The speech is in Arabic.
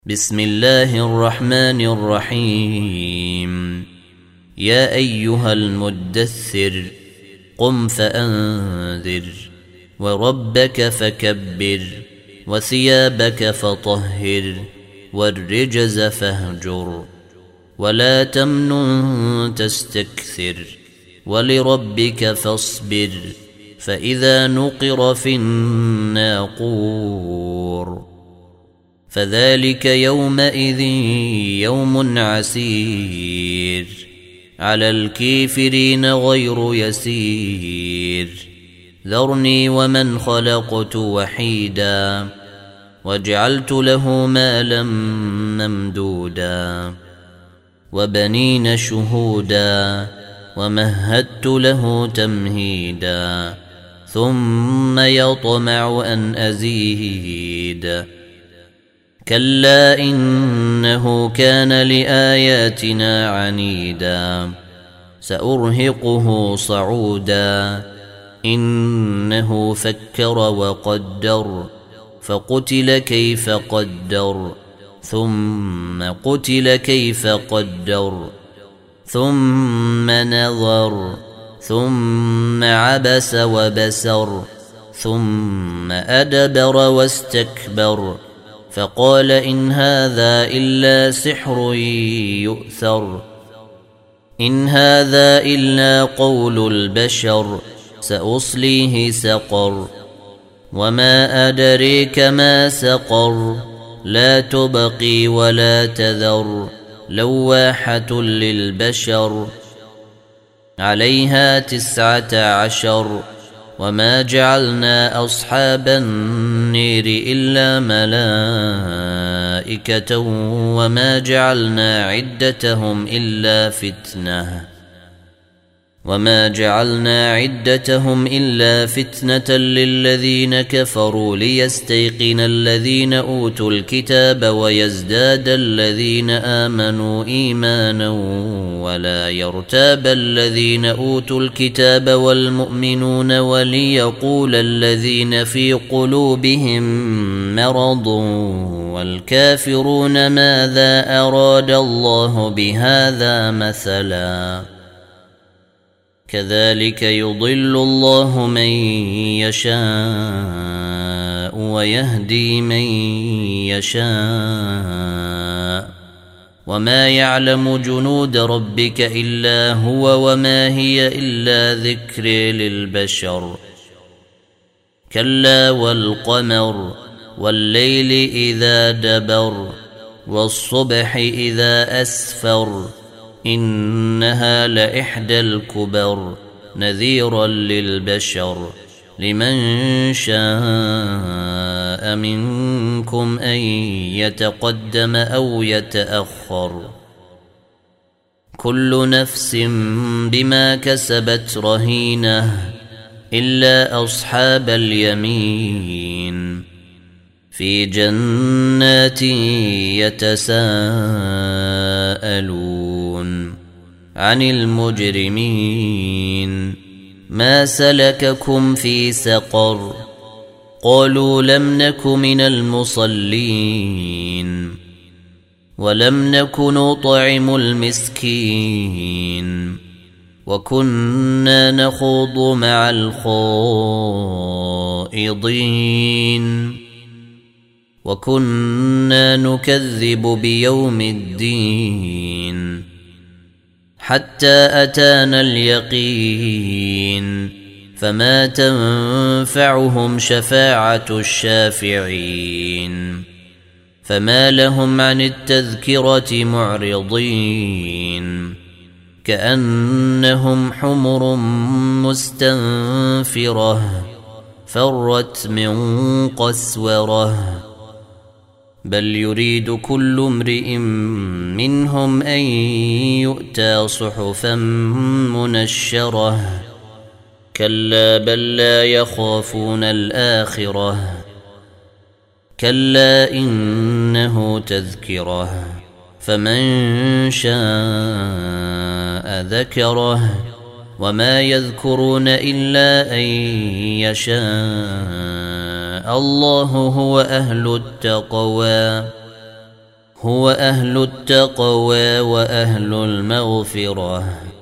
بسم الله الرحمن الرحيم. يا أيها المدثر قم فأنذر وربك فكبر وثيابك فطهر والرجز فاهجر ولا تمنن تستكثر ولربك فاصبر فإذا نقر في الناقور فذلك يومئذ يوم عسير على الكافرين غير يسير. ذرني ومن خلقت وحيدا وجعلت له مالا ممدودا وبنين شهودا ومهدت له تمهيدا ثم يطمع أن أزيد كلا إنه كان لآياتنا عنيدا سأرهقه صعودا إنه فكر وقدر فقتل كيف قدر ثم قتل كيف قدر ثم نظر ثم عبس وبسر ثم أدبر واستكبر فقال إن هذا إلا سحر يؤثر إن هذا إلا قول البشر سأصليه سقر وما أدريك ما سقر لا تبقي ولا تذر لواحة للبشر عليها 19 وما جعلنا أصحاب النير إلا ملائكة وما جعلنا عدتهم إلا فتنة للذين كفروا ليستيقن الذين أوتوا الكتاب ويزداد الذين آمنوا إيمانا ولا يرتاب الذين أوتوا الكتاب والمؤمنون وليقول الذين في قلوبهم مرض والكافرون ماذا أراد الله بهذا مثلا كذلك يضل الله من يشاء ويهدي من يشاء وما يعلم جنود ربك إلا هو وما هي إلا ذكر للبشر. كلا والقمر والليل إذا دبر والصبح إذا أسفر إنها لإحدى الكبر نذيرا للبشر لمن شاء منكم أن يتقدم أو يتأخر كل نفس بما كسبت رهينة إلا أصحاب اليمين في جنات يتساءلون عن المجرمين ما سلككم في سقر قالوا لم نك من المصلين ولم نك نطعم المسكين وكنا نخوض مع الخائضين وكنا نكذب بيوم الدين حتى أتانا اليقين فما تنفعهم شفاعة الشافعين فما لهم عن التذكرة معرضين كأنهم حمر مستنفرة فرت من قسوره بل يريد كل امرئ منهم أن يؤتى صحفا منشرة كلا بل لا يخافون الآخرة كلا إنه تذكرة فمن شاء ذكره وما يذكرون إلا أن يشاء الله هو أهل التقوى هو أهل التقوى وأهل المغفرة.